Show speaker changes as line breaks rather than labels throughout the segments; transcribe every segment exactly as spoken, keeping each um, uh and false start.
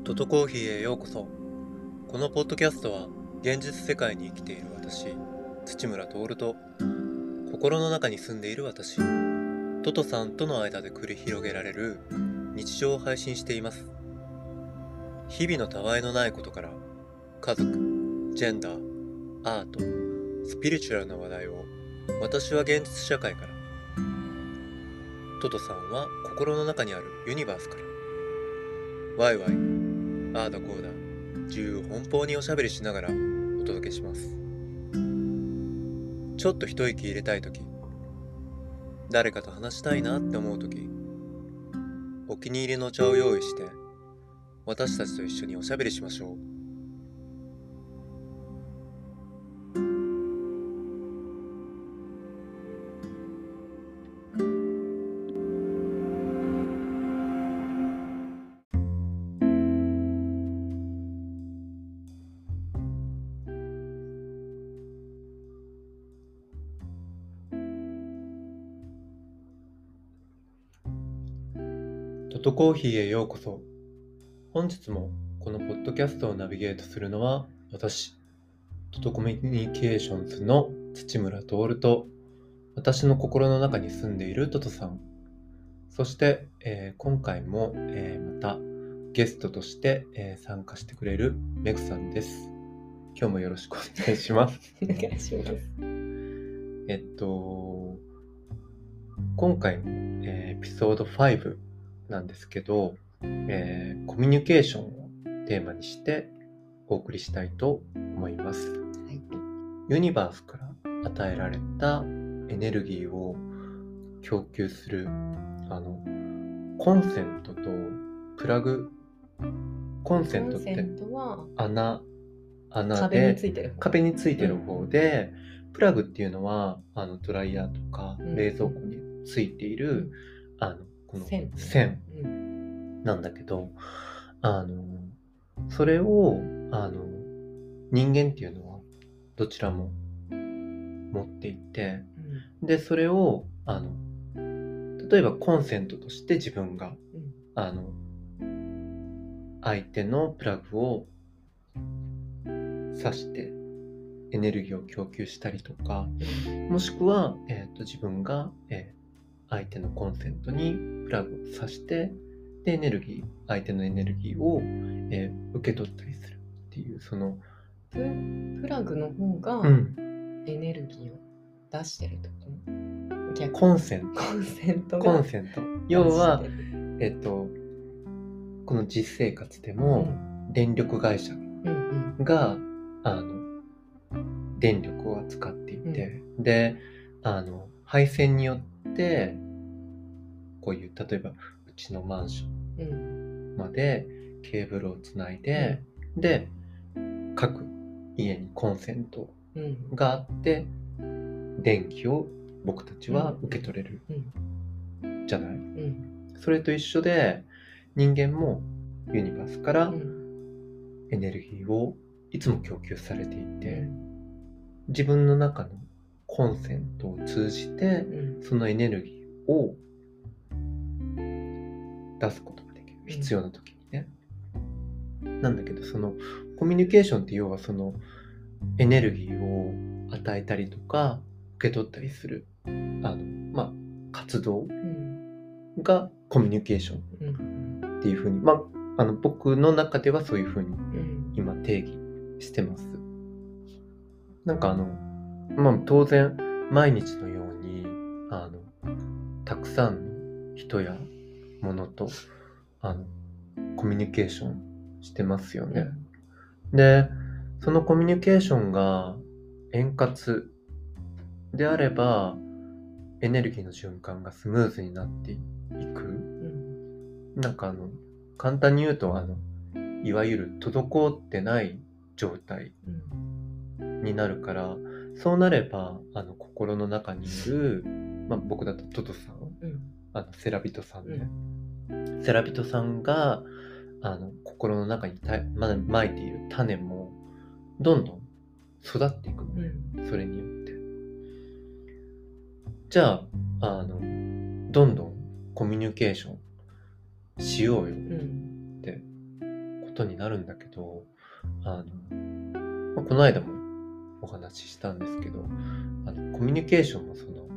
トトコーヒーへようこそ。このポッドキャストは現実世界に生きている私、土村徹と心の中に住んでいる私、トトさんとの間で繰り広げられる日常を配信しています。日々のたわいのないことから家族、ジェンダー、アート、スピリチュアルな話題を私は現実社会から、トトさんは心の中にあるユニバースから、ワイワイ、ああだこうだ、自由奔放におしゃべりしながらお届けします。ちょっと一息入れたいとき、誰かと話したいなって思うとき、お気に入りのお茶を用意して、私たちと一緒におしゃべりしましょう。トトコーヒーへようこそ。本日もこのポッドキャストをナビゲートするのは私、トトコミュニケーションズの土村徹と、私の心の中に住んでいるトトさん、そして、えー今回も、えーまたゲストとして、えー参加してくれるメグさんです。今日もよろしくお願いします。
お願いします。
えっと、今回の、えーエピソードごなんですけど、えーコミュニケーションをテーマにしてお送りしたいと思います。
はい。
ユニバースから与えられたエネルギーを供給するあのコンセントとプラグ、コンセントっ
コンセ
て
ントは
穴穴
壁に
で
ついてる方。
壁についてる方で、プラグっていうのはあのドライヤーとか
うん
冷蔵庫についている、あのこの
線
線
うん
なんだけど、あのそれをあの人間っていうのはどちらも持っていて、
うん
でそれをあの例えばコンセントとして自分が
うん
あの相手のプラグを挿してエネルギーを供給したりとか、もしくは、えーと、自分が、えー相手のコンセントにプラグを挿してでエネルギー相手のエネルギーを、えー受け取ったりするっていう、その
ププラグの方が
うん
エネルギーを出してるってこと逆
コンセント
コンセント
コ
が
ンセント要は
出してる
えっとこの実生活で
う
も
ん
電力会社
うん
があの電力を扱っていて、であの配線によってこういう例えばうちのマンショ
うんうん
ンまでケーブルをつないで、で各家にコンセント
うん
があって電気を僕たちは受け取れる
うん
じゃない。
うん
それと一緒で人間もユニバースから
うん
エネルギーをいつも供給されていて、
うん
自分の中のコンセントを通じて
うん
そのエネルギーを出すことができる、
うん
必要な時にね。なんだけど、そのコミュニケーションって要はそのエネルギーを与えたりとか受け取ったりするあの、まあ、活動
うん
がコミュニケーション
うん
っていうふうに、まあ、あの僕の中ではそういうふうに
うん
今定義してます。なんかあの、まあ、当然毎日のようにあのたくさんの人や物とあのコミュニケーションしてますよね。で、そのコミュニケーションが円滑であればエネルギーの循環がスムーズになっていく。
うん
なんかあの簡単に言うとあのいわゆる滞ってない状態
うん
になるから、そうなればあの心の中にいる、まあ、僕だとトトさん、
うん
あのセラビトさん
う
ね、
ん
セラビトさんがあの心の中にた、まだまいている種もどんどん育っていくのね、
うん
それによって。じゃあ、あのどんどんコミュニケーションしようよ
うん
ってこことになるんだけど、あの、まあ、この間もお話ししたんですけど、あのコミュニケーションもその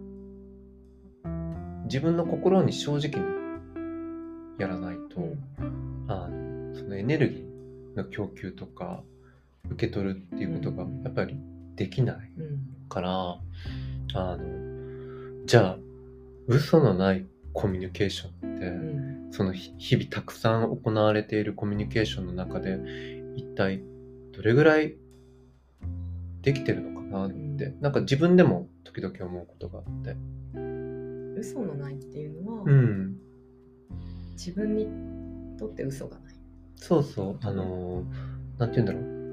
自分の心に正直にやらないと、
うん
あのそのエネルギーの供給とか受け取るっていうことがやっぱりできない
うん
から、あのじゃあ嘘のないコミュニケーションって、
うん
その日日々たくさん行われているコミュニケーションの中で一体どれぐらいできてるのかなって、
うん
なんか自分でも時々思うことがあって、
嘘のないっていうのは、
うん、
自分にとって嘘がない。
そうそう、あのなんて言うんだろう、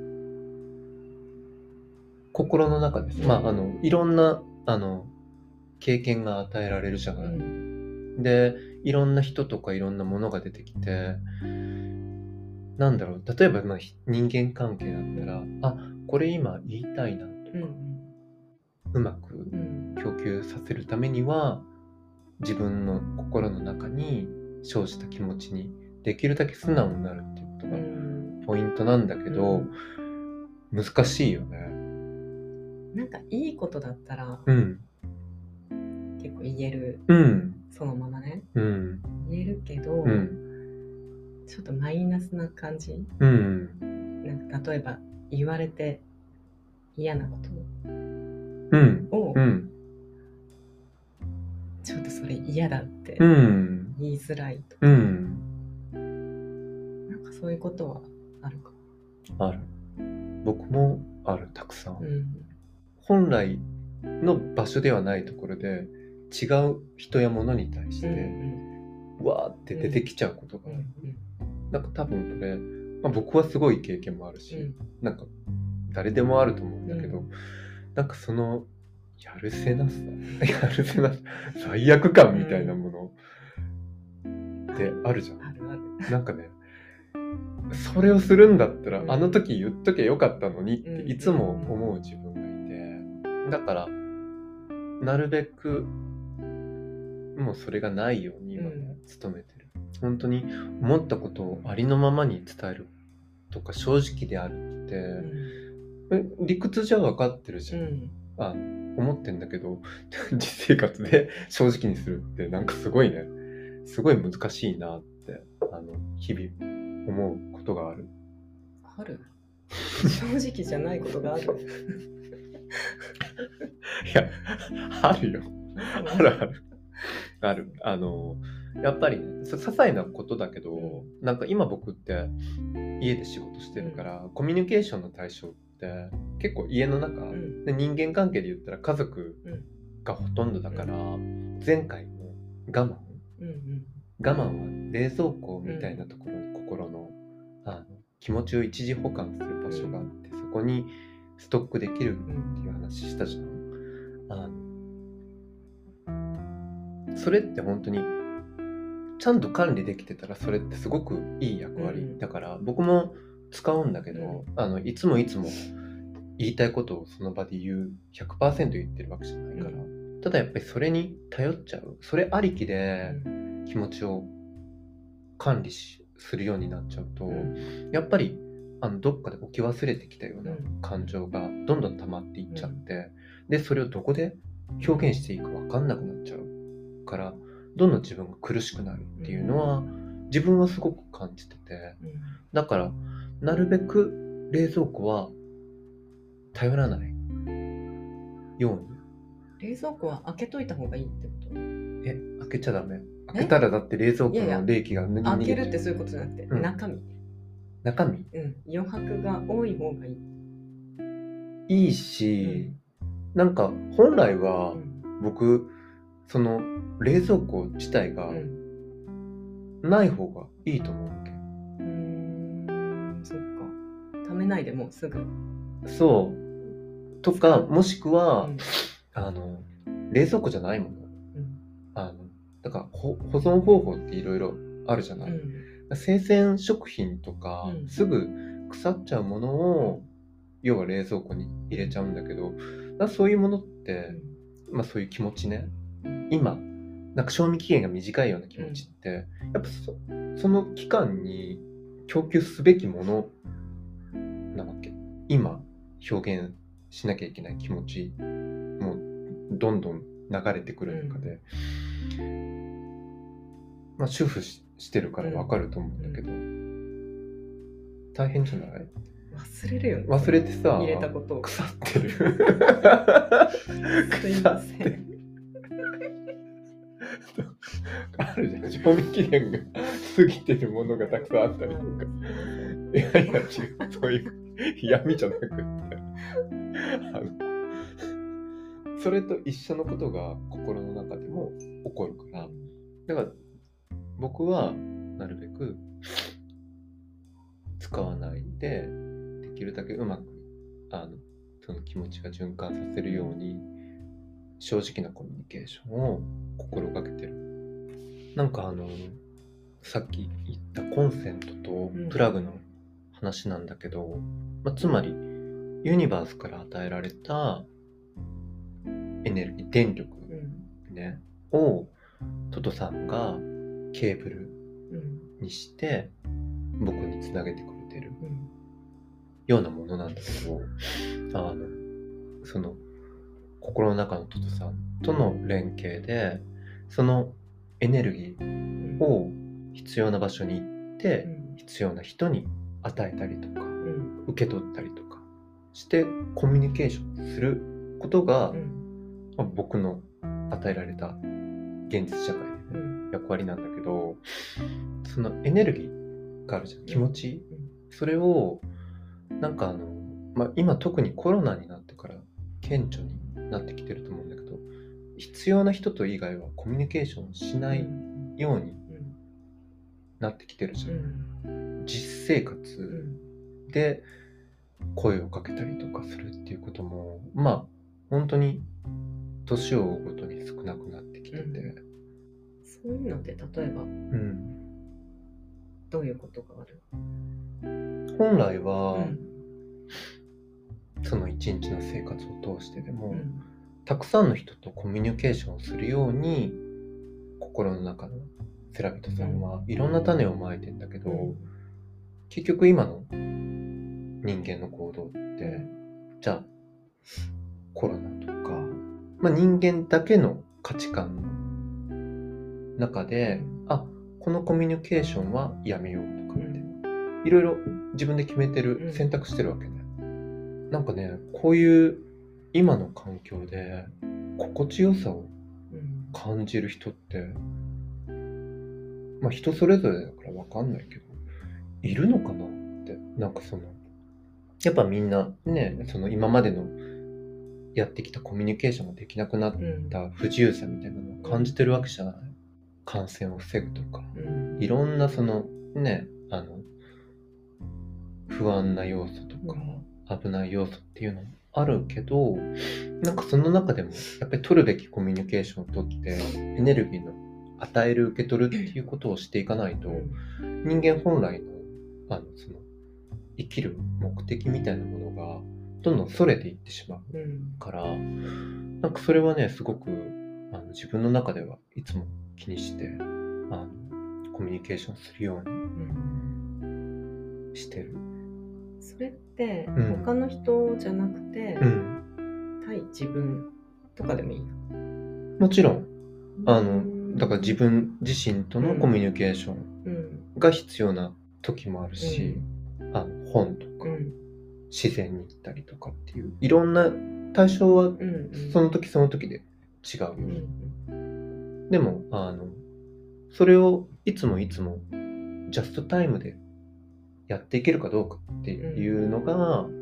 心の中です。まああのいろんなあの経験が与えられるじゃない。
うん
で、いろんな人とかいろんなものが出てきて、なんだろう、例えばまあひ人間関係だったら、あ、これ今言いたいなとか、
うん
うまく
うん
供給させるためには、自分の心の中に生じた気持ちにできるだけ素直になるっていうこと
う
が
ん
ポイントなんだけど、難しいよね。
なんかいいことだったら
うん、
結構言える、
うん、
そのままね
うん、
言えるけど、
うん、
ちょっとマイナスな感じ、
うん、
なんか例えば言われて嫌なこと
うん、
を、
うん、
ちょっとそれ嫌だって
うん、
言いづらいとか、
うん、
なんかそういうことはあるか
ある。僕もある、たくさん。
も。うん
本来の場所ではないところで違う人や物に対し
うん
てわーって出てきちゃうことがある。なんか多分これ、まあ、僕はすごい経験もあるし、
うん
なんか誰でもあると思うんだけど、
うん
なんかそのやるせなさやるせなさ罪悪感みたいなものってあるじゃん。
あるある。
なんかね、それをするんだったら、
うん
あの時言っときゃよかったのにって
うん
いつも思う自分がいて、だからなるべくもうそれがないように今ね、
うん
努めてる。本当に思ったことをありのままに伝えるとか正直であるって、え理屈じゃ分かってるじゃん、
うん
あ思ってんだけど実生活で正直にするってなんかすごいね、すごい難しいなってあの日々思うことがある。
ある正直じゃないことがある。
いや、あるよ。あるある。ある。あの、やっぱりね、さ些細なことだけど、なんか今僕って家で仕事してるから、コミュニケーションの対象って結構家の中、
うん
で人間関係で言ったら家族がほとんどだから、前回の我慢、
うんうん
我慢は冷蔵庫みたいなところに心の、あの気持ちを一時保管する場所があって、そこにストックできるっていう話したじゃん。あのそれって本当にちゃんと管理できてたらそれってすごくいい役割、
うん
だから僕も使うんだけど、
う
あのいつもいつも言いたいことをその場で言う ひゃくパーセント 言ってるわけじゃないから、
う
ただやっぱりそれに頼っちゃう、それありきで気持ちを管理しするようになっちゃうと、
うん
やっぱりあのどっかで置き忘れてきたような
うん
感情がどんどん溜まっていっちゃって、でそれをどこで表現していいか分かんなくなっちゃうからどんどん自分が苦しくなるっていうのは自分はすごく感じてて、
うん
だからなるべく冷蔵庫は頼らないように。
冷蔵庫は開けといた方がいいってこと？
え、開けちゃダメ。開けたらだって冷蔵庫の冷気が逃げ
開ける
ちゃう。
ってそういうことじゃなくて、
うん
中身、
中身
うん、余白が多い方がいい。
いいし、なんか本来は
うん
僕その冷蔵庫自体が
うん
ない方がいいと思うわけ。
うーんそっか。ためないでもうすぐ。
そうとか、もしくは、
うん
あの冷蔵庫じゃないもの、
うん
あのだから保保存方法っていろいろあるじゃない、
うん
生鮮食品とか、
うん
すぐ腐っちゃうものを要は冷蔵庫に入れちゃうんだけど、だからそういうものって、まあそういう気持ちね、今なんか賞味期限が短いような気持ちって、やっぱ そ, その期間に供給すべきものなわけ。今表現しなきゃいけない気持ちもどんどん流れてくる中で、うん、まあ主婦 し, してるから分かると思うんだけど、うん、大変じゃない？
忘れるよね。
忘れてさ、
入れたことを
腐ってる。
すいません。
あるじゃん、賞味期限が過ぎてるものがたくさんあったりとか。いやいや違う、そういう闇じゃなくってあのそれと一緒のことが心の中でも起こるから、だから僕はなるべく使わないで、できるだけうまくあのその気持ちが循環させるように正直なコミュニケーションを心がけてる。なんかあのさっき言ったコンセントとプラグの話なんだけど、うんまあ、つまりユニバースから与えられたエネルギー、電力、ねうん、をトトさんがケーブルにして僕につなげてくれてるようなものなんだけど、あのその心の中のトトさんとの連携でそのエネルギーを必要な場所に行って必要な人に与えたりとか受け取ったりとかしてコミュニケーションすることが、まあ、僕の与えられた現実社会で、ね、役割なんだけど、そのエネルギーがあるじゃん、気持ち、それをなんかあの、まあ、今特にコロナになってから顕著になってきてると思うんだけど、必要な人と以外はコミュニケーションしないようになってきてるじゃん、うん、実生活で声をかけたりとかするっていうこともまあ本当に年を追うごとに少なくなってきてて、うん、
そういうのって例えば、うん、どういうことがある？
本来は、うん、その一日の生活を通してでも、うん、たくさんの人とコミュニケーションをするように心の中のセラビトさんはいろんな種をまいてんだけど、うん、結局今の人間の行動ってじゃあコロナとか、まあ、人間だけの価値観の中で、あ、このコミュニケーションはやめようとかっていろいろ自分で決めてる、選択してるわけね。なんかね、こういう今の環境で心地よさを感じる人って、まあ人それぞれだから分かんないけどいるのかなって。なんかそのやっぱみんなね、その今までのやってきたコミュニケーションができなくなった不自由さみたいなのを感じてるわけじゃない。感染を防ぐとか、いろんなそのね、あの不安な要素とか危ない要素っていうのもあるけど、なんかその中でもやっぱり取るべきコミュニケーションをとってエネルギーの与える受け取るっていうことをしていかないと、人間本来のあのその生きる目的みたいなものがどんどん逸れていってしまうから、うん、なんかそれはねすごくあの自分の中ではいつも気にしてあのコミュニケーションするようにしてる、うん、
それって他の人じゃなくて、うん、対自分とかでもいいの？
もちろんあのだから自分自身とのコミュニケーションが必要な時もあるし、うん、あの本とか、うん、自然に行ったりとかっていういろんな対象はその時その時で違うよ、うん、でもあのそれをいつもいつもジャストタイムでやっていけるかどうかっていうのが、うん、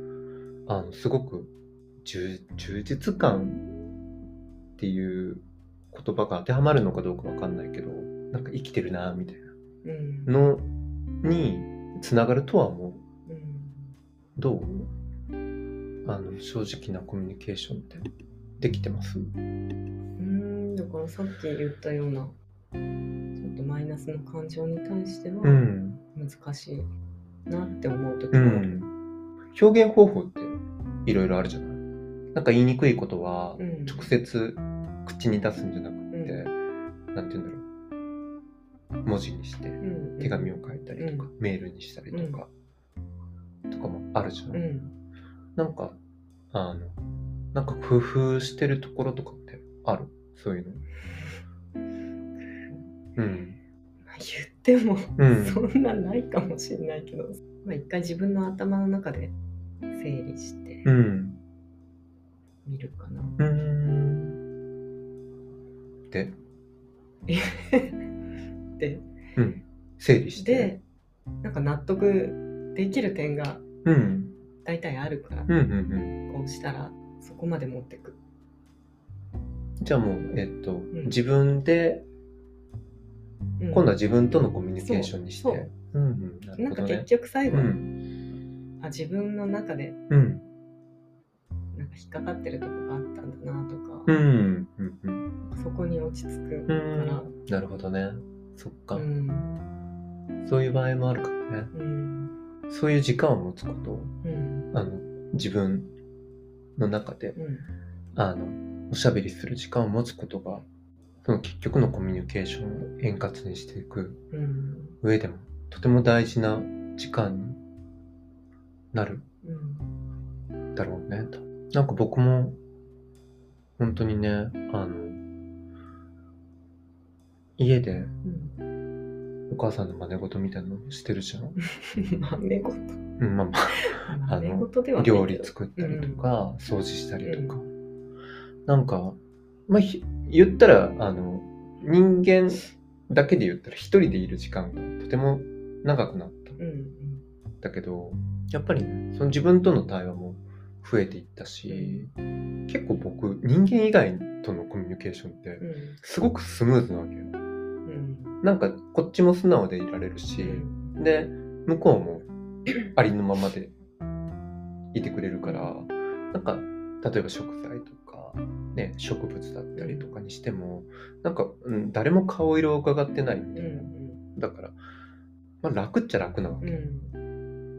あのすごく充実感っていう言葉が当てはまるのかどうかわかんないけど、なんか生きてるなみたいなのにつながるとは思う、うん、どう？あの正直なコミュニケーションってできてます？うー
ん、だからさっき言ったようなちょっとマイナスの感情に対しては難しいなって思う時もある、うん、
表現方法っていろいろあるじゃない。なんか言いにくいことは直接口に出すんじゃなくて、うん、なんて言うんだろう、文字にして手紙を書いたりとか、
うん、
メールにしたりとか、うん、とかもあるじゃん、
うん、
なんかあのなんか工夫してるところとかってある？そういうの。うん。
言っても、うん、そんなないかもしれないけど、まあ一回自分の頭の中で整理して見るかな。
うん。で
で、
うん、整理して。
で、なんか納得できる点が大体あるから、
うんうんうん、
こうしたらそこまで持ってく。
じゃあもう、えっと、うん、自分で、うん、今度は自分とのコミュニケーションにして。そうそう、うんうん、なるほどね。
なんか結局最後、うん、あ、自分の中で、うん、なんか引っかかってるとこがあったんだなとか、うんうんうん、そこに落ち着くから、うん、
なるほどね。そっか、うん、そういう場合もあるからね、うん、そういう時間を持つこと、うん、あの自分の中で、うん、あのおしゃべりする時間を持つことがその結局のコミュニケーションを円滑にしていく上でも、うん、とても大事な時間になる、うん、だろうねと。なんか僕も本当にね、あの家でお母さんの真似事みたいなのしてるじゃん。
真似事、うん、
まあまあ、あの料理作ったりとか、うん、掃除したりとか、うん、なんか、まあ、言ったらあの人間だけで言ったら一人でいる時間がとても長くなった、うんうん、だけどやっぱりね、その自分との対話も増えていったし、うん、結構僕人間以外とのコミュニケーションってすごくスムーズなわけよ、うん、なんかこっちも素直でいられるし、うん、で向こうもありのままでいてくれるから、なんか例えば食材とか、ね、植物だったりとかにしても、うん、なんか、うん、誰も顔色を伺ってないみたいな、うん、だから、まあ、楽っちゃ楽なわけ、うん、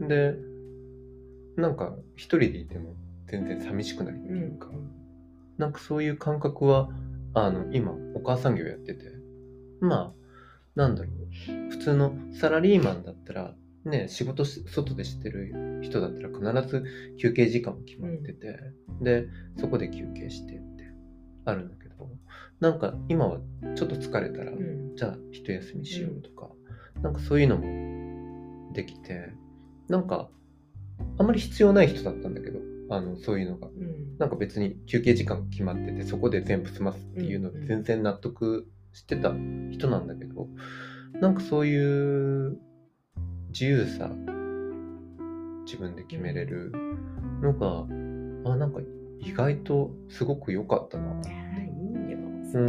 でなんか一人でいても全然寂しくないっていうか、うん、なんかそういう感覚はあの今お母さん業やってて、まあなんだろう、普通のサラリーマンだったらね、仕事外でしてる人だったら必ず休憩時間も決まってて、うん、でそこで休憩してってあるんだけど、なんか今はちょっと疲れたら、うん、じゃあ一休みしようとか、うん、なんかそういうのもできて、なんかあんまり必要ない人だったんだけど、あのそういうのが、うん、なんか別に休憩時間決まっててそこで全部済ますっていうので全然納得してた人なんだけど、なんかそういう自由さ、自分で決めれるのが、あ、なんか意外とすごく良かったな。いいよ。うん、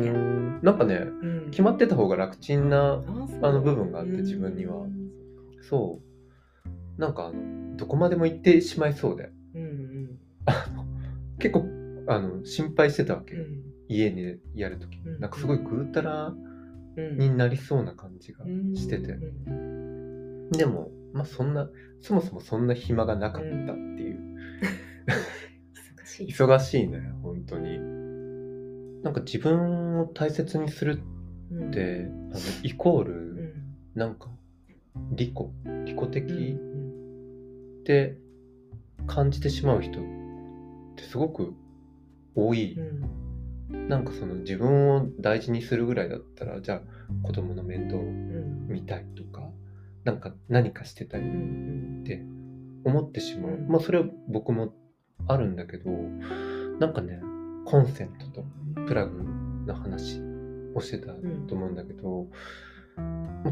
なんかね、うん、決まってた方が楽ちんなあの部分があって、自分には、そう、なんかあのどこまでも行ってしまいそうで、うんうん、あの結構あの心配してたわけよ、うん、家にやるとき、うん、なんかすごいぐうたらになりそうな感じがしてて、うん、でもまあそんなそもそもそんな暇がなかったっていう、うん、忙しい忙しいね本当に。なんか自分を大切にするって、うん、あのイコール、うん、なんか利己利己的、うんって感じてしまう人ってすごく多い、うん、なんかその自分を大事にするぐらいだったら、じゃあ子供の面倒を見たいとか、うん、なんか何かしてたいって思ってしまう、うん、まあそれは僕もあるんだけど、なんかね、コンセントとプラグの話をしてたと思うんだけど、うん、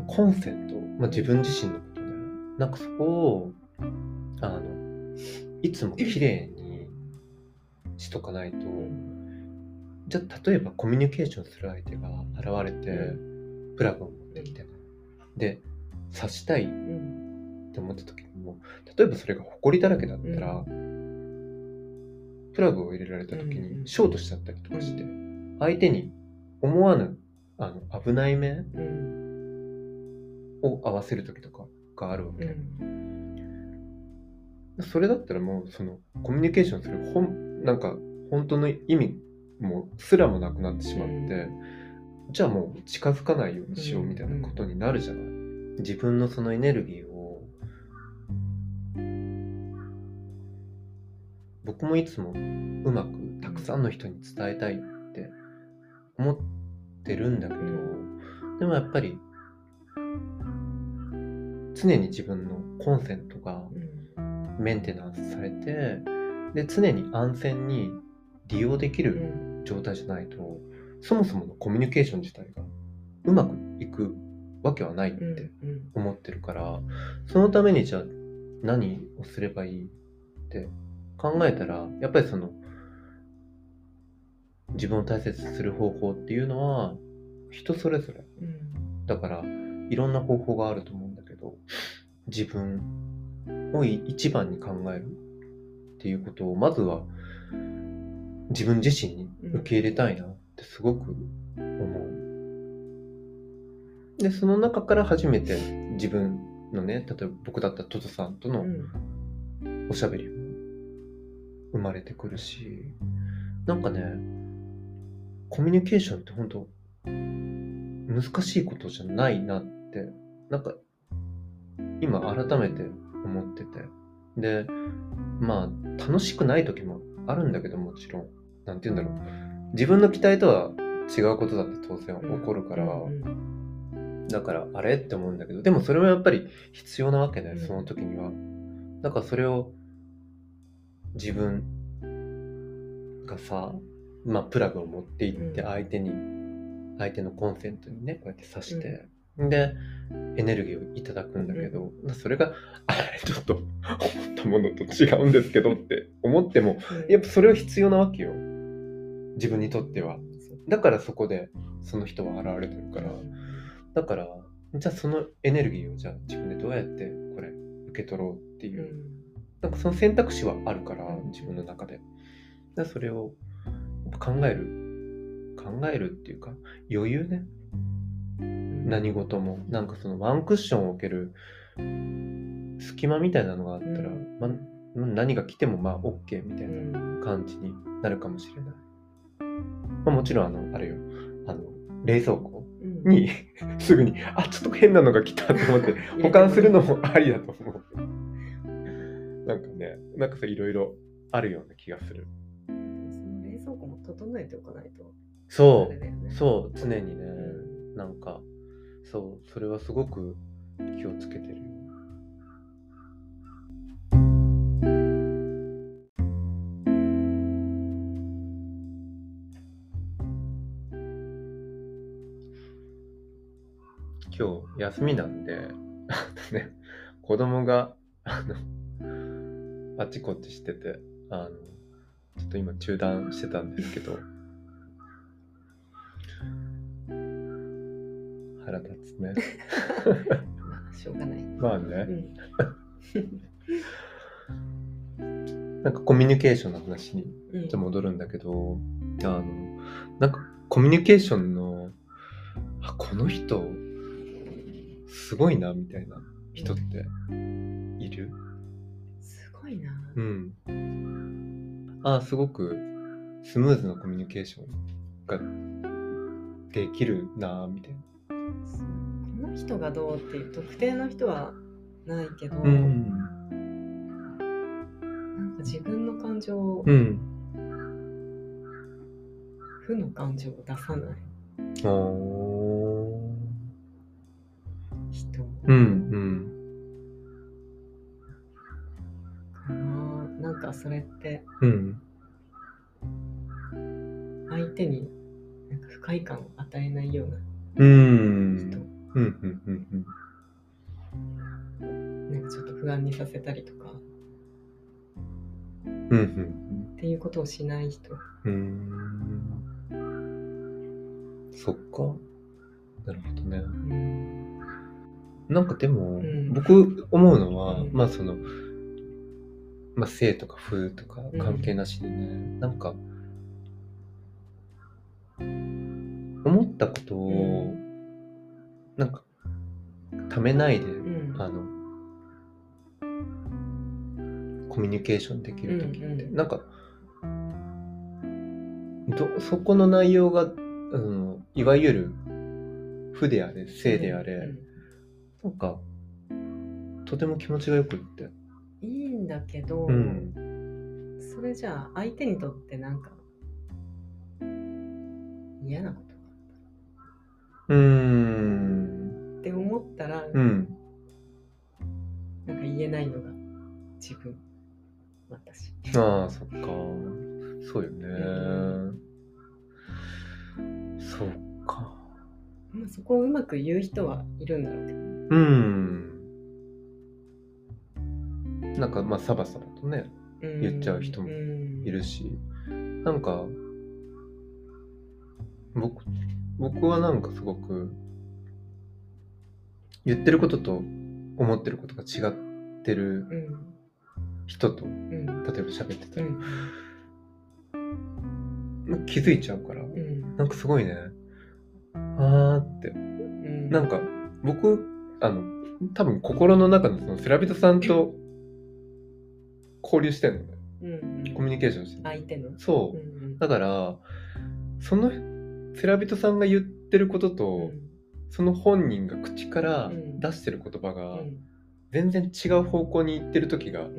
コンセント、まあ、自分自身のことね、なんかそこをあのいつも綺麗にしとかないと、じゃあ例えばコミュニケーションする相手が現れてプラグを持ってきて、で刺したいって思った時にも、例えばそれがホコリだらけだったら、プラグを入れられた時にショートしちゃったりとかして、相手に思わぬあの危ない目を合わせる時とかがあるわけ、それだったらもうそのコミュニケーションする本なんか本当の意味もすらもなくなってしまって、うん、じゃあもう近づかないようにしようみたいなことになるじゃない、うん、 自分のそのエネルギーを僕もいつもうまくたくさんの人に伝えたいって思ってるんだけど、でもやっぱり常に自分のコンセントがメンテナンスされて、で常に安全に利用できる状態じゃないと、そもそものコミュニケーション自体がうまくいくわけはないって思ってるから、そのためにじゃあ何をすればいいって考えたら、やっぱりその自分を大切にする方法っていうのは人それぞれ、うん、だからいろんな方法があると思うんだけど、自分を一番に考えるっていうことをまずは自分自身に受け入れたいなってすごく思う。でその中から初めて自分のね、例えば僕だったらトトさんとのおしゃべりも生まれてくるし、なんかね、コミュニケーションって本当難しいことじゃないなってなんか今改めて思ってて、でまあ楽しくない時もあるんだけど、もちろんなんて言うんだろう、自分の期待とは違うことだって当然起こるから、だからあれって思うんだけど、でもそれはやっぱり必要なわけで、その時にはだからそれを自分がさ、まあプラグを持っていって相手に、相手のコンセントにねこうやって挿して、うん、でエネルギーをいただくんだけど、うん、それがあれちょっと思ったものと違うんですけどって思っても、うん、やっぱそれは必要なわけよ、自分にとっては。だからそこでその人は現れてるから、だからじゃあそのエネルギーをじゃあ自分でどうやってこれ受け取ろうっていう、うん、なんかその選択肢はあるから自分の中で、だそれを考える考えるっていうか余裕ね、何事もなんかそのワンクッションを置ける隙間みたいなのがあったら、ま、何が来てもまあ OK みたいな感じになるかもしれない。まあ、もちろんあのあれよ、あの冷蔵庫に、うん、すぐにあちょっと変なのが来たと思って保管するのもありだと思う。なんかね、なんかさいろいろあるような気がする。
その冷蔵庫も整えておかないと。
そう、ね、そう常にね、うん、なんかそうそれはすごく気をつけてるよ。今日休みなんでね、子供があのあっちこっちしてて、あのちょっと今中断してたんですけど腹立つね
まあしょうがない。
まあね、うん、なんかコミュニケーションの話にちょっと戻るんだけど、うん、あのなんかコミュニケーションのあこの人すごいなみたいな人っている？
すごいな。
うん。あすごくスムーズなコミュニケーションができるなみたいな。
この人がどうっていう特定の人はないけど、うん、なんか自分の感情を、うん、負の感情を出さない人、うんうんかな。なんかそれって、うん、相手になんか不快感を与えないような人、うんうんうんうん、なんかちょっと不安にさせたりとか、うんうん、っていうことをしない人。うーん、
そっか、なるほどね。うん、なんかでも、うん、僕思うのは、うん、まあその、まあ性とか風とか関係なしでね、うん、なんか思ったことを、うん、なんかためないで、うん、あのコミュニケーションできるときって、うんうん、なんかどそこの内容が、うん、いわゆる負であれ正であれ、うんなんかとても気持ちがよくって
いいんだけど、うん、それじゃあ相手にとってなんか嫌なことがあったうーんって思ったら、うん、なんか言えないのが自分、私。
ああ、そっか、そうよね、うん、そうか。
まあ、そこをうまく言う人はいるんだろうけど、
うん、なんかまあサバサバとね言っちゃう人もいるし、なんか僕僕はなんかすごく言ってることと思ってることが違ってる人と、うん、例えば喋ってたら、うん、気づいちゃうから、うん、なんかすごいね、あーって、うん、なんか僕あの多分心の中のそのセラビトさんと交流してんのね、うん、コミュニケーションして
相手の
そう、うん、だからそのセラビトさんが言ってることと、うん、その本人が口から出してる言葉が全然違う方向に行ってる時が、うん、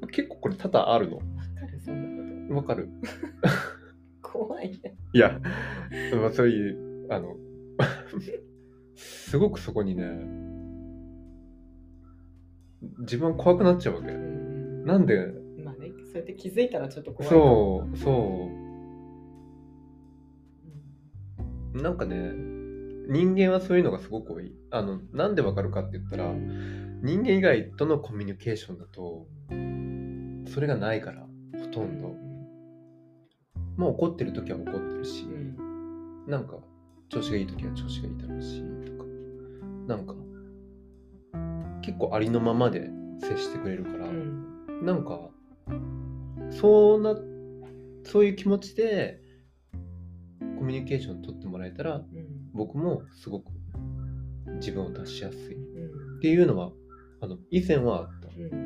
結構これ多々あるの。わ
かる、そんなこと。
わかる。
怖いね。
いや、まあ、そういうあのすごくそこにね、自分は怖くなっちゃうわけ。うん、なんで？
まあね、そうやって気づいたらちょっと怖い。
そうそう。なんかね、人間はそういうのがすごく多い。あのなんでわかるかって言ったら、人間以外とのコミュニケーションだとそれがないから、ほとんど。まあ怒ってる時は怒ってるし、うん、なんか調子がいい時は調子がいいだろうしとか、なんか結構ありのままで接してくれるから、うん、なんかそうなそういう気持ちでコミュニケーション取ってもらえたら、うん、僕もすごく自分を出しやすい、うん、っていうのはあの以前はあった、うん、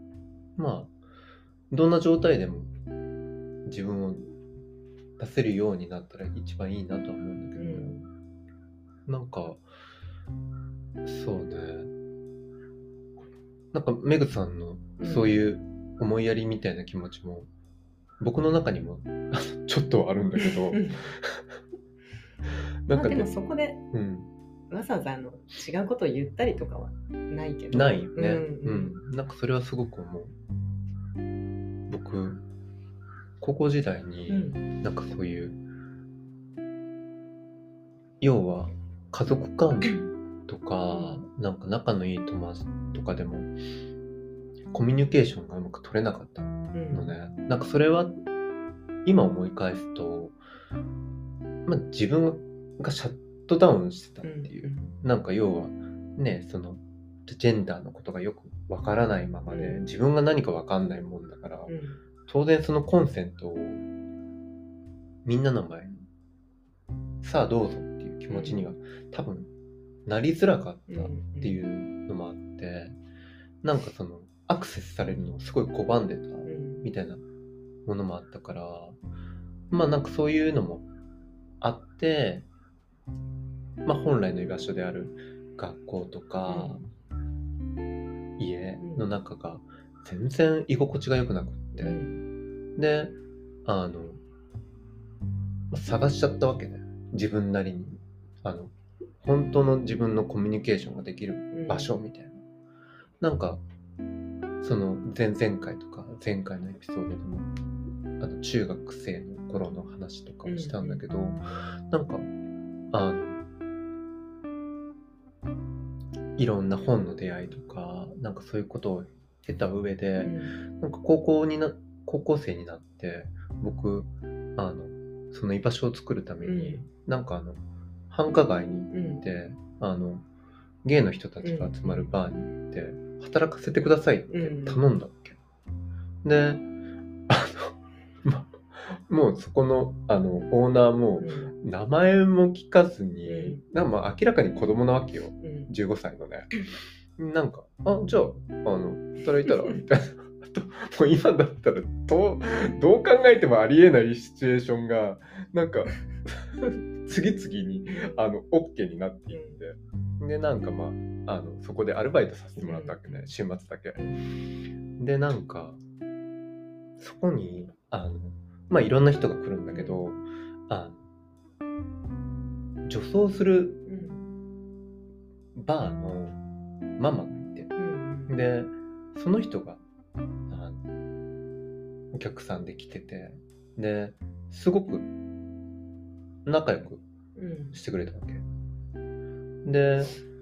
まあどんな状態でも自分を出せるようになったら一番いいなとは思うんだけど、うん、なんかそうね、なんかメグさんのそういう思いやりみたいな気持ちも、うん、僕の中にもちょっとあるんだけど
なんか、ね、まあでもそこで、うん、わざわざあの違うことを言ったりとかはないけど、
ないよね、うん、うん、なんかそれはすごく思う。僕高校時代に、うん、なんかそういう要は家族間とか、なんか仲のいい友達とかでもコミュニケーションがうまく取れなかったのね、うん、なんかそれは今思い返すと、まあ、自分がシャットダウンしてたっていう、うん、なんか要はね、そのジェンダーのことがよくわからないままで、うん、自分が何かわかんないもんだから、うん、当然そのコンセントをみんなの前にさあどうぞっていう気持ちには多分なりづらかったっていうのもあって、なんかそのアクセスされるのをすごい拒んでたみたいなものもあったから、まあなんかそういうのもあって、まあ本来の居場所である学校とか家の中が全然居心地が良くなくって、であの探しちゃったわけね、自分なりに。あの本当の自分のコミュニケーションができる場所みたいな、うん、なんかその前々回とか前回のエピソードでもあの中学生の頃の話とかをしたんだけど、うん、なんかあのいろんな本の出会いとかなんかそういうことを経た上で、うん、なんか高校にな高校生になって僕あのその居場所を作るために、うん、なんかあの繁華街に行って、うん、あのゲイの人たちが集まるバーに行って、うん、働かせてくださいって頼んだっけ、うん、であの、ま、もうそこのあのオーナーも名前も聞かずに、うん、なんかまあ明らかに子供なわけよ、うん、じゅうごさいのね、なんかあじゃあ、あの働いたらみたいなもう今だったらどう、どう考えてもありえないシチュエーションがなんか次々にあの OK になっていって、 でなんかまああのそこでアルバイトさせてもらったわけね、週末だけで、なんかそこにあのまあいろんな人が来るんだけど、あの女装するバーのママがいて、でその人があのお客さんで来てて、ですごく仲良くしてくれたわけ、うん、で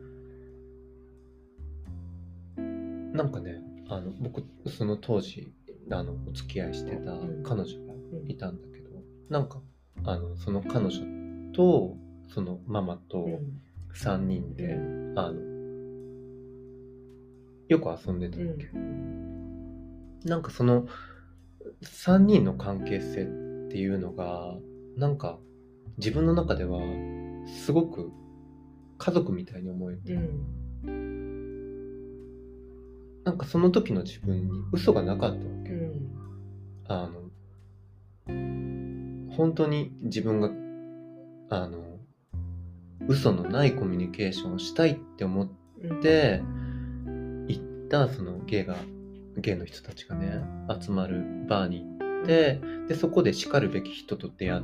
なんかね、あの僕その当時あのお付き合いしてた彼女がいたんだけど、なんかあのその彼女とそのママとさんにんで、うん、あのよく遊んでたわけ、うん、なんかそのさんにんの関係性っていうのがなんか自分の中ではすごく家族みたいに思えて、うん、なんかその時の自分に嘘がなかったわけ、うん、あの本当に自分があの嘘のないコミュニケーションをしたいって思って行ったそのゲイがゲイの人たちがね集まるバーに行って、でそこでしかるべき人と出会って、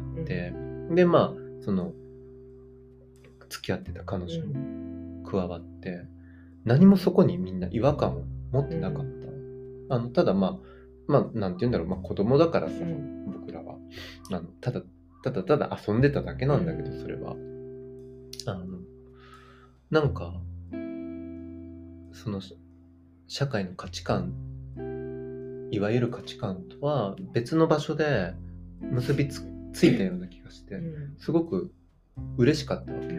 でまあその付き合ってた彼女も加わって、何もそこにみんな違和感を持ってなかった、あのただまあまあなんて言うんだろう、まあ子供だからさ、僕らはあのただただただ遊んでただけなんだけど、それはあのなんかその社会の価値観、いわゆる価値観とは別の場所で結びつついたような気がして、すごく嬉しかったわけ、うん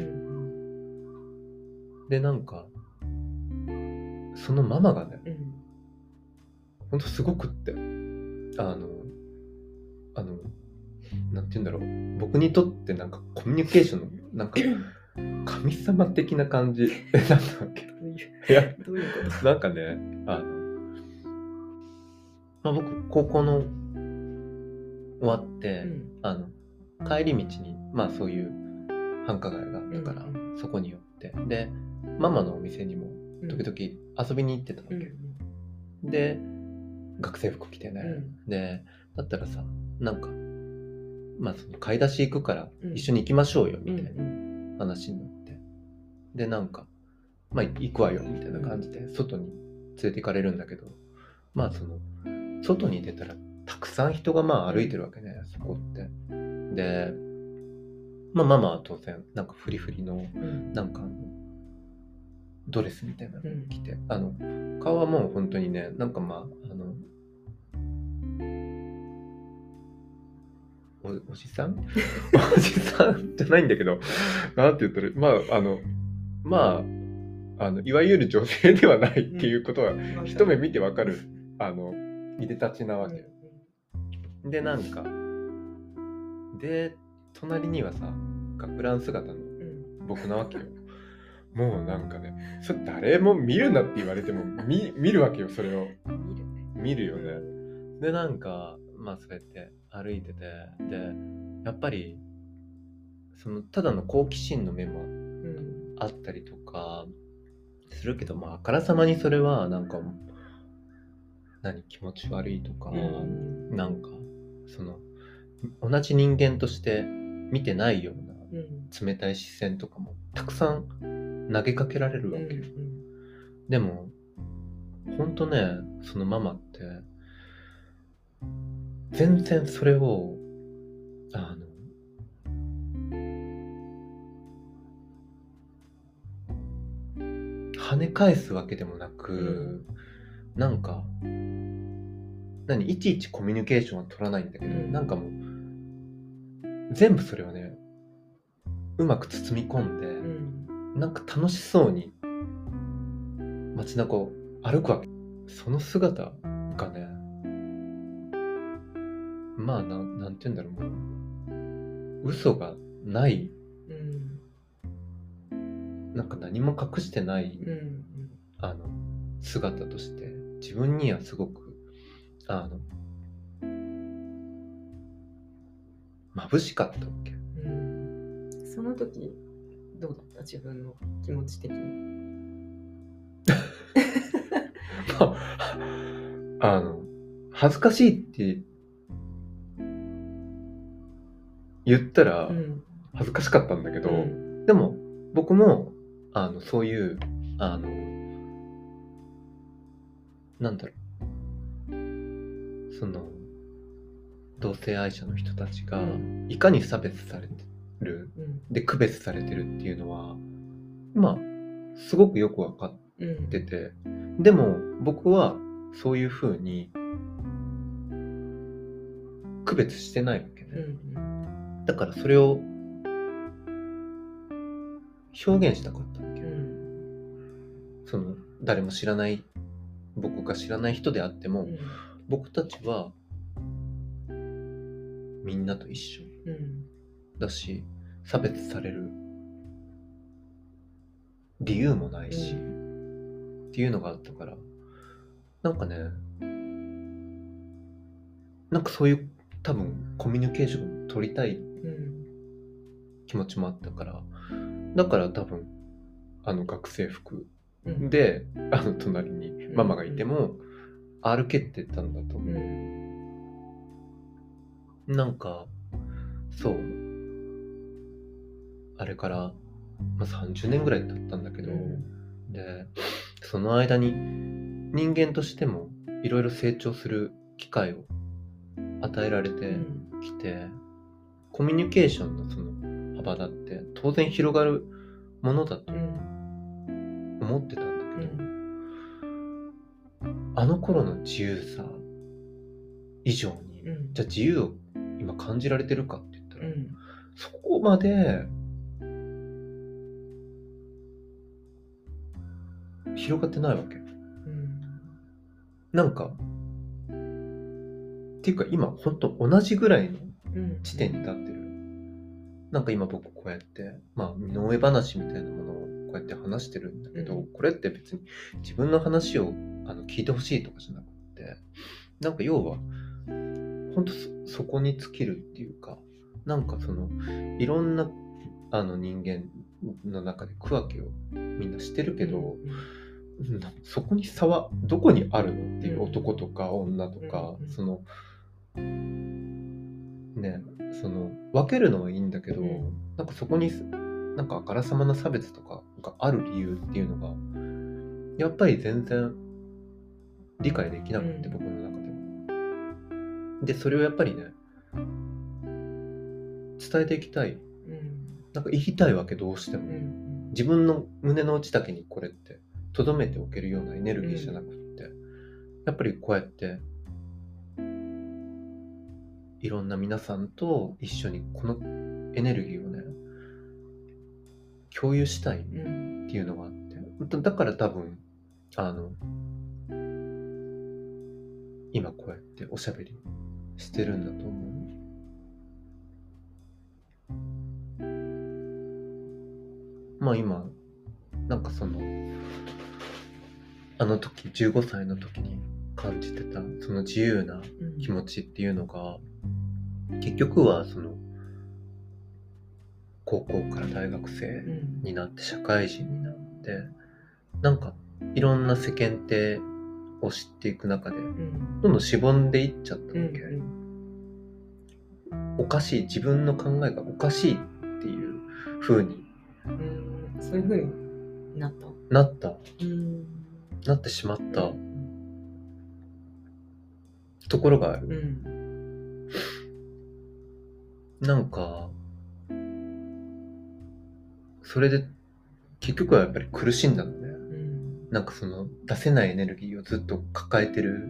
、でなんかそのママがね、うん、ほんとすごくってあのあのなんて言うんだろう、僕にとってなんかコミュニケーションのなんか神様的な感じだったわけ。いや、どういうこと？なんかね、あの、まあ、僕高校の終わって、うん、あの帰り道にまあそういう繁華街があったから、うん、そこに寄って、でママのお店にも時々遊びに行ってたわけ、うん、で学生服着てね、うん、でだったらさ、なんかまあその買い出し行くから一緒に行きましょうよみたいな話になって、でなんかまあ行くわよみたいな感じで外に連れて行かれるんだけど、まあその外に出たらたくさん人がまあ歩いてるわけね、そこって。でまあママは当然なんかフリフリのなんかドレスみたいなの着て、あの顔はもう本当にね、なんかまああのお, おじさんおじさんじゃないんだけど、なんて言ったら、まああのまああのいわゆる女性ではないっていうことは、うん、一目見てわかるあのいでたちなわけ、うん、でなんかで隣にはさ学ラン姿の僕なわけよ、うん、もうなんかね、それ誰も見るなって言われても 見, 見るわけよ、それを見るよね。でなんかまあそうやって歩いてて、でやっぱりそのただの好奇心の目もあったりとかするけど、まああからさまにそれはなんか何気持ち悪いとか、うん、なんかその同じ人間として見てないような冷たい視線とかもたくさん投げかけられるわけ、うんうん、でもほんとね、そのママって全然それをあの跳ね返すわけでもなく、うん、なんか何いちいちコミュニケーションは取らないんだけど、うん、なんかもう全部それをねうまく包み込んで、うん、なんか楽しそうに街中を歩くわけ。その姿がね、まあな ん, なんて言うんだろう、もう嘘がない、うん、なんか何も隠してない、うん、あの姿として自分にはすごくあの眩しかったわけ、
うん、その時どうだった自分の気持ち的に。
まあ、あの恥ずかしいって言ったら恥ずかしかったんだけど、うん、でも僕もあのそういうあのなんだろうその同性愛者の人たちがいかに差別されてる、うん、で区別されてるっていうのはまあすごくよく分かってて、うん、でも僕はそういう風に区別してないわけね、うん、だからそれを表現したかったわけ、うん、その誰も知らない僕が知らない人であっても、うん、僕たちはみんなと一緒、うん、だし差別される理由もないし、うん、っていうのがあったからなんかねなんかそういう多分コミュニケーション取りたい気持ちもあったから、だから多分あの学生服で、うん、あの隣にママがいても歩けてたんだと思う、うん、なんかそうあれから、まあ、さんじゅうねんぐらい経ったんだけど、うん、でその間に人間としてもいろいろ成長する機会を与えられてきて、うん、コミュニケーションのその幅だって当然広がるものだと思ってたんだけど、うん、あの頃の自由さ以上に、うん、じゃあ自由を今感じられてるかって言ったら、うん、そこまで広がってないわけ、うん、なんかっていうか今本当同じぐらいの地点に立ってる、うん、なんか今僕こうやってまあ身の上話みたいなものをこうやって話してるんだけど、うん、これって別に自分の話をあの聞いてほしいとかじゃなくてなんか要は本当 そ, そこに尽きるっていうかなんかそのいろんなあの人間の中で区分けをみんなしてるけど、うん、そこに差はどこにあるのっていう、男とか女とか、うん、そのねその分けるのはいいんだけど、うん、なんかそこになんかあからさまな差別とかがある理由っていうのがやっぱり全然理解できなくて、うん、僕の中でもでそれをやっぱりね伝えていきたい、うん、なんか言いたいわけどうしても、うん、自分の胸の内だけにこれって留めておけるようなエネルギーじゃなくって、うん、やっぱりこうやっていろんな皆さんと一緒にこのエネルギーをね共有したいっていうのがあって、うん、だから多分あの今こうやっておしゃべりしてるんだと思う。まあ今なんかそのあの時じゅうごさいの時に感じてたその自由な気持ちっていうのが、うん、結局はその高校から大学生になって社会人になって、うん、なんかいろんな世間体を知っていく中で、うん、どんどんしぼんでいっちゃったわけ、うん、おかしい自分の考えがおかしいっていう風に、
うん、そういう風になった
なった、うん、なってしまった、うん、ところがある、うん、なんかそれで結局はやっぱり苦しんだのね、うん、なんかその出せないエネルギーをずっと抱えてる、うん、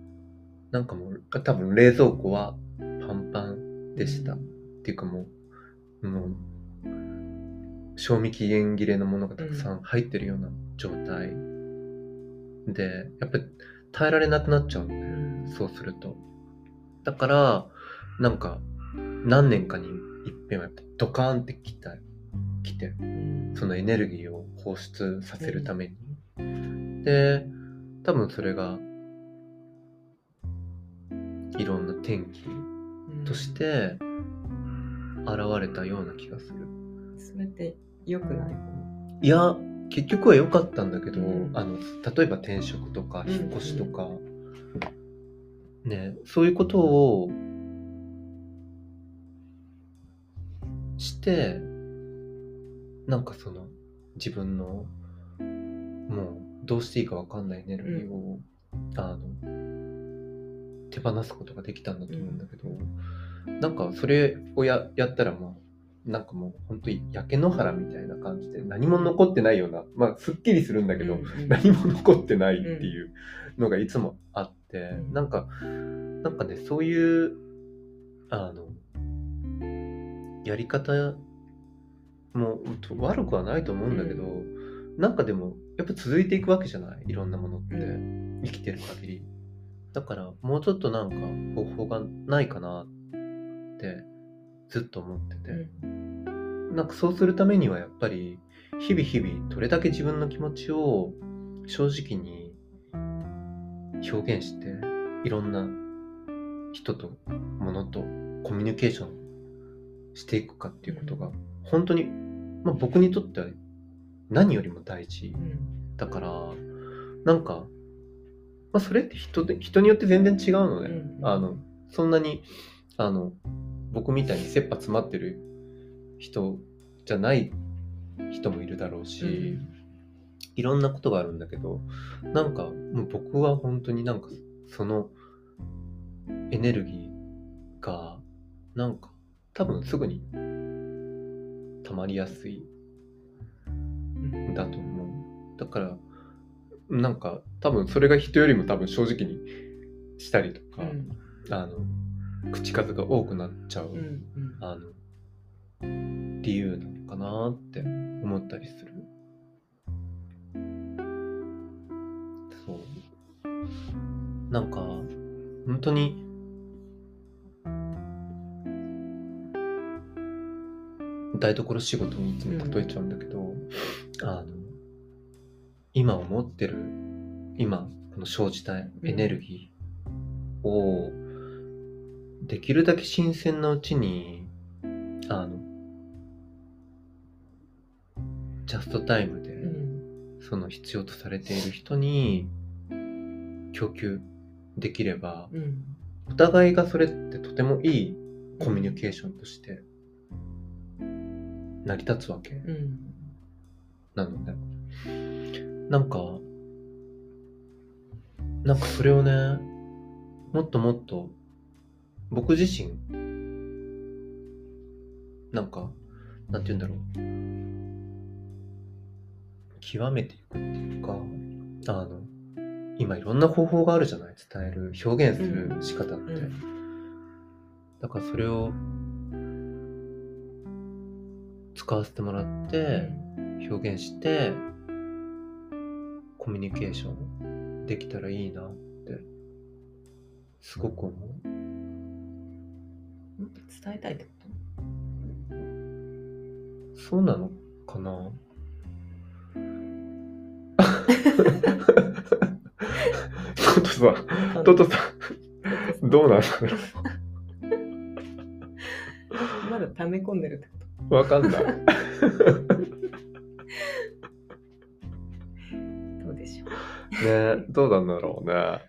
なんかもう多分冷蔵庫はパンパンでした、うん、っていうかもうもう賞味期限切れのものがたくさん入ってるような状態で、やっぱり耐えられなくなっちゃうのね、うん、そうするとだからなんか何年かに一遍はやっぱドカーンってきた来て、そのエネルギーを放出させるために、うん、で多分それがいろんな転機として現れたような気がする、
うん、それって良くない？
いや結局は良かったんだけど、
うん、
あの例えば転職とか引っ越しとか、うんうん、ね、そういうことをしてなんかその自分のもうどうしていいか分かんないエネルギーを、うん、あの手放すことができたんだと思うんだけど、うん、なんかそれを や, やったらもうなんかもう本当に焼け野原みたいな感じで何も残ってないような、まあすっきりするんだけど、うんうん、何も残ってないっていうのがいつもあって、うん、なんかなんかねそういうあのやり方も悪くはないと思うんだけど、うん、なんかでもやっぱ続いていくわけじゃない、いろんなものって生きてる限り。だからもうちょっとなんか方法がないかなってずっと思ってて、うん、なんかそうするためにはやっぱり日々日々どれだけ自分の気持ちを正直に表現していろんな人と物とコミュニケーションしていくかっていうことが本当に、まあ、僕にとっては何よりも大事だから、なんか、まあ、それって人で人によって全然違うのね、うん、あのそんなにあの僕みたいに切羽詰まってる人じゃない人もいるだろうし、うん、いろんなことがあるんだけど、なんかもう僕は本当になんかそのエネルギーがなんか多分すぐに溜まりやすいんだと思う。だからなんか多分それが人よりも多分正直にしたりとか、うん、あの口数が多くなっちゃう、うんうん、あの理由なのかなって思ったりする。そうなんか本当に台所仕事にいつも例えちゃうんだけど、うん、あの今思ってる今この生じたエネルギーをできるだけ新鮮なうちにあのジャストタイムで、うん、その必要とされている人に供給できれば、うん、お互いがそれってとてもいいコミュニケーションとして成り立つわけ、うん、なのでなんかなんかそれをねもっともっと僕自身なんかなんて言うんだろう極めていくっていうかあの今いろんな方法があるじゃない、伝える表現する仕方って、うんうん、だからそれを使わせてもらって表現してコミュニケーションできたらいいなってすごく思う。
伝えたいってこと？
そうなのかなトトさんトトさんどうなんだろ
うまだ溜め込んでるってこ
とわかんない
どうでしょ
うね、どうなんだろうね。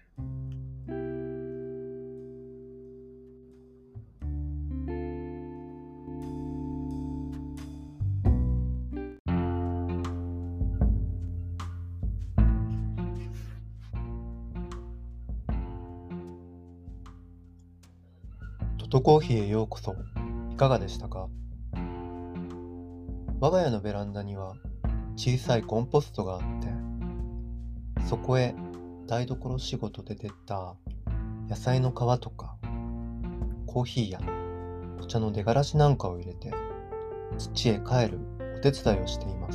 トトコーヒーへようこそ。いかがでしたか？我が家のベランダには小さいコンポストがあって、そこへ台所仕事で出た野菜の皮とかコーヒーやお茶の出がらしなんかを入れて土へ帰るお手伝いをしています。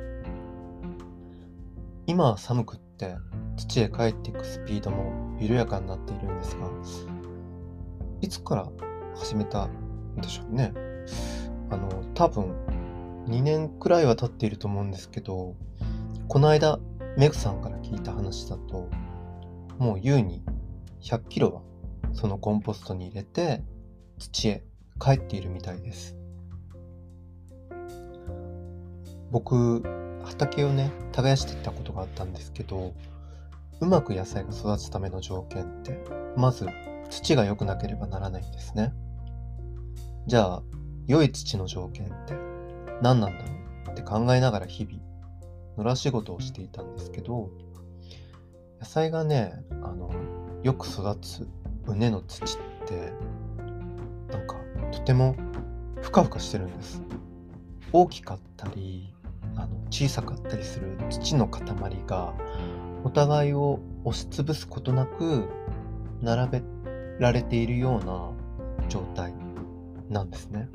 今は寒くって土へ帰っていくスピードも緩やかになっているんですが、いつから始めたんでしょうね。あの多分にねんくらいは経っていると思うんですけど、この間メグさんから聞いた話だともう優にひゃっキロはそのコンポストに入れて土へ帰っているみたいです。 僕畑をね耕していったことがあったんですけど、うまく野菜が育つための条件ってまず土が良くなければならないんですね。じゃあ良い土の条件って何なんだろうって考えながら日々野良仕事をしていたんですけど、野菜がねあのよく育つ畝の土ってなんかとてもふかふかしてるんです。大きかったりあの小さかったりする土の塊がお互いを押しつぶすことなく並べられているような状態なんですね。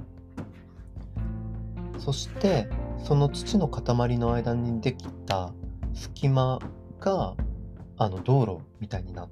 そしてその土の塊の間にできた隙間があの道路みたいになって、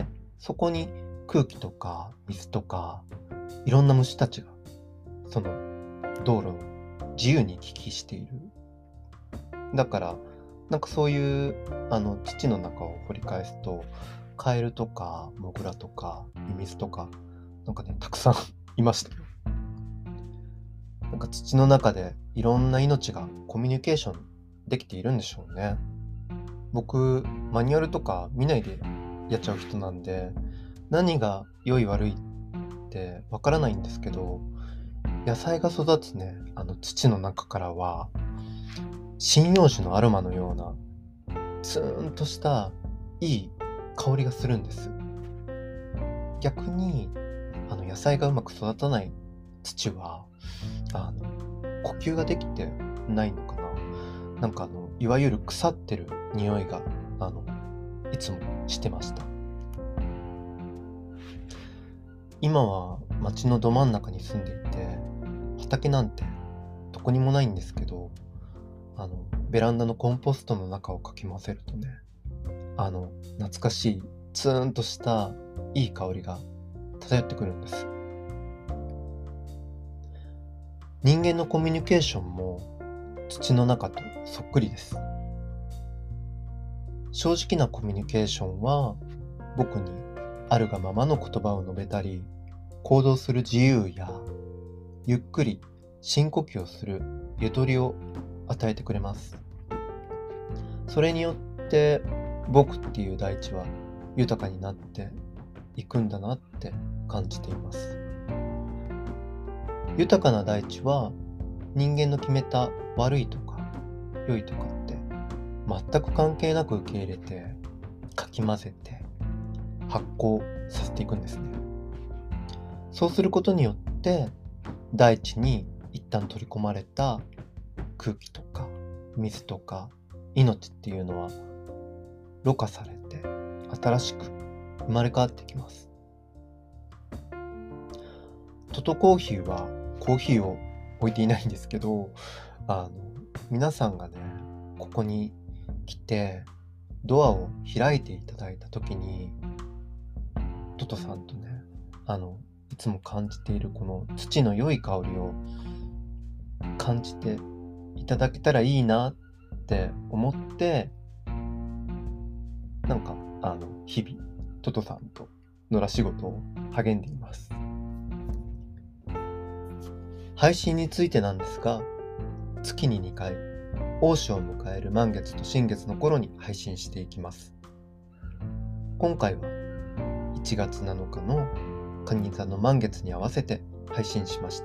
そこに空気とか水とかいろんな虫たちがその道路を自由に行き来している。だからなんかそういうあの土の中を掘り返すとカエルとかモグラとかミミズとかなんかねたくさんいましたよ。なんか土の中でいろんな命がコミュニケーションできているんでしょうね。僕マニュアルとか見ないでやっちゃう人なんで何が良い悪いってわからないんですけど、野菜が育つねあの土の中からは針葉樹のアロマのようなツーンとしたいい香りがするんです。逆にあの野菜がうまく育たない土はあの呼吸ができてないのかな、なんかあのいわゆる腐ってる匂いがあのいつもしてました。今は町のど真ん中に住んでいて畑なんてどこにもないんですけど、あのベランダのコンポストの中をかき混ぜるとね、あの懐かしいツーンとしたいい香りが漂ってくるんです。人間のコミュニケーションも土の中とそっくりです。正直なコミュニケーションは僕にあるがままの言葉を述べたり行動する自由やゆっくり深呼吸をするゆとりを与えてくれます。それによって僕っていう大地は豊かになっていくんだなって感じています。豊かな大地は人間の決めた悪いとか良いとかって全く関係なく受け入れてかき混ぜて発酵させていくんですね。そうすることによって大地に一旦取り込まれた空気とか水とか命っていうのはろ過されて新しく生まれ変わってきます。トトコーヒーはコーヒーを置いていないんですけど、あの皆さんがねここに来てドアを開いていただいた時にトトさんとねあのいつも感じているこの土の良い香りを感じていただけたらいいなって思って、なんかあの日々トトさんと野良仕事を励んでいます。配信についてなんですが、月ににかい大潮を迎える満月と新月の頃に配信していきます。今回はいちがつなのかの蟹座の満月に合わせて配信しました。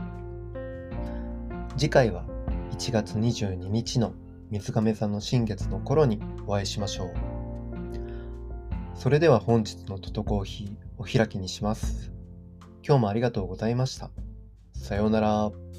次回はいちがつにじゅうににちの水亀座の新月の頃にお会いしましょう。それでは本日のトトコーヒーお開きにします。今日もありがとうございました。さようなら。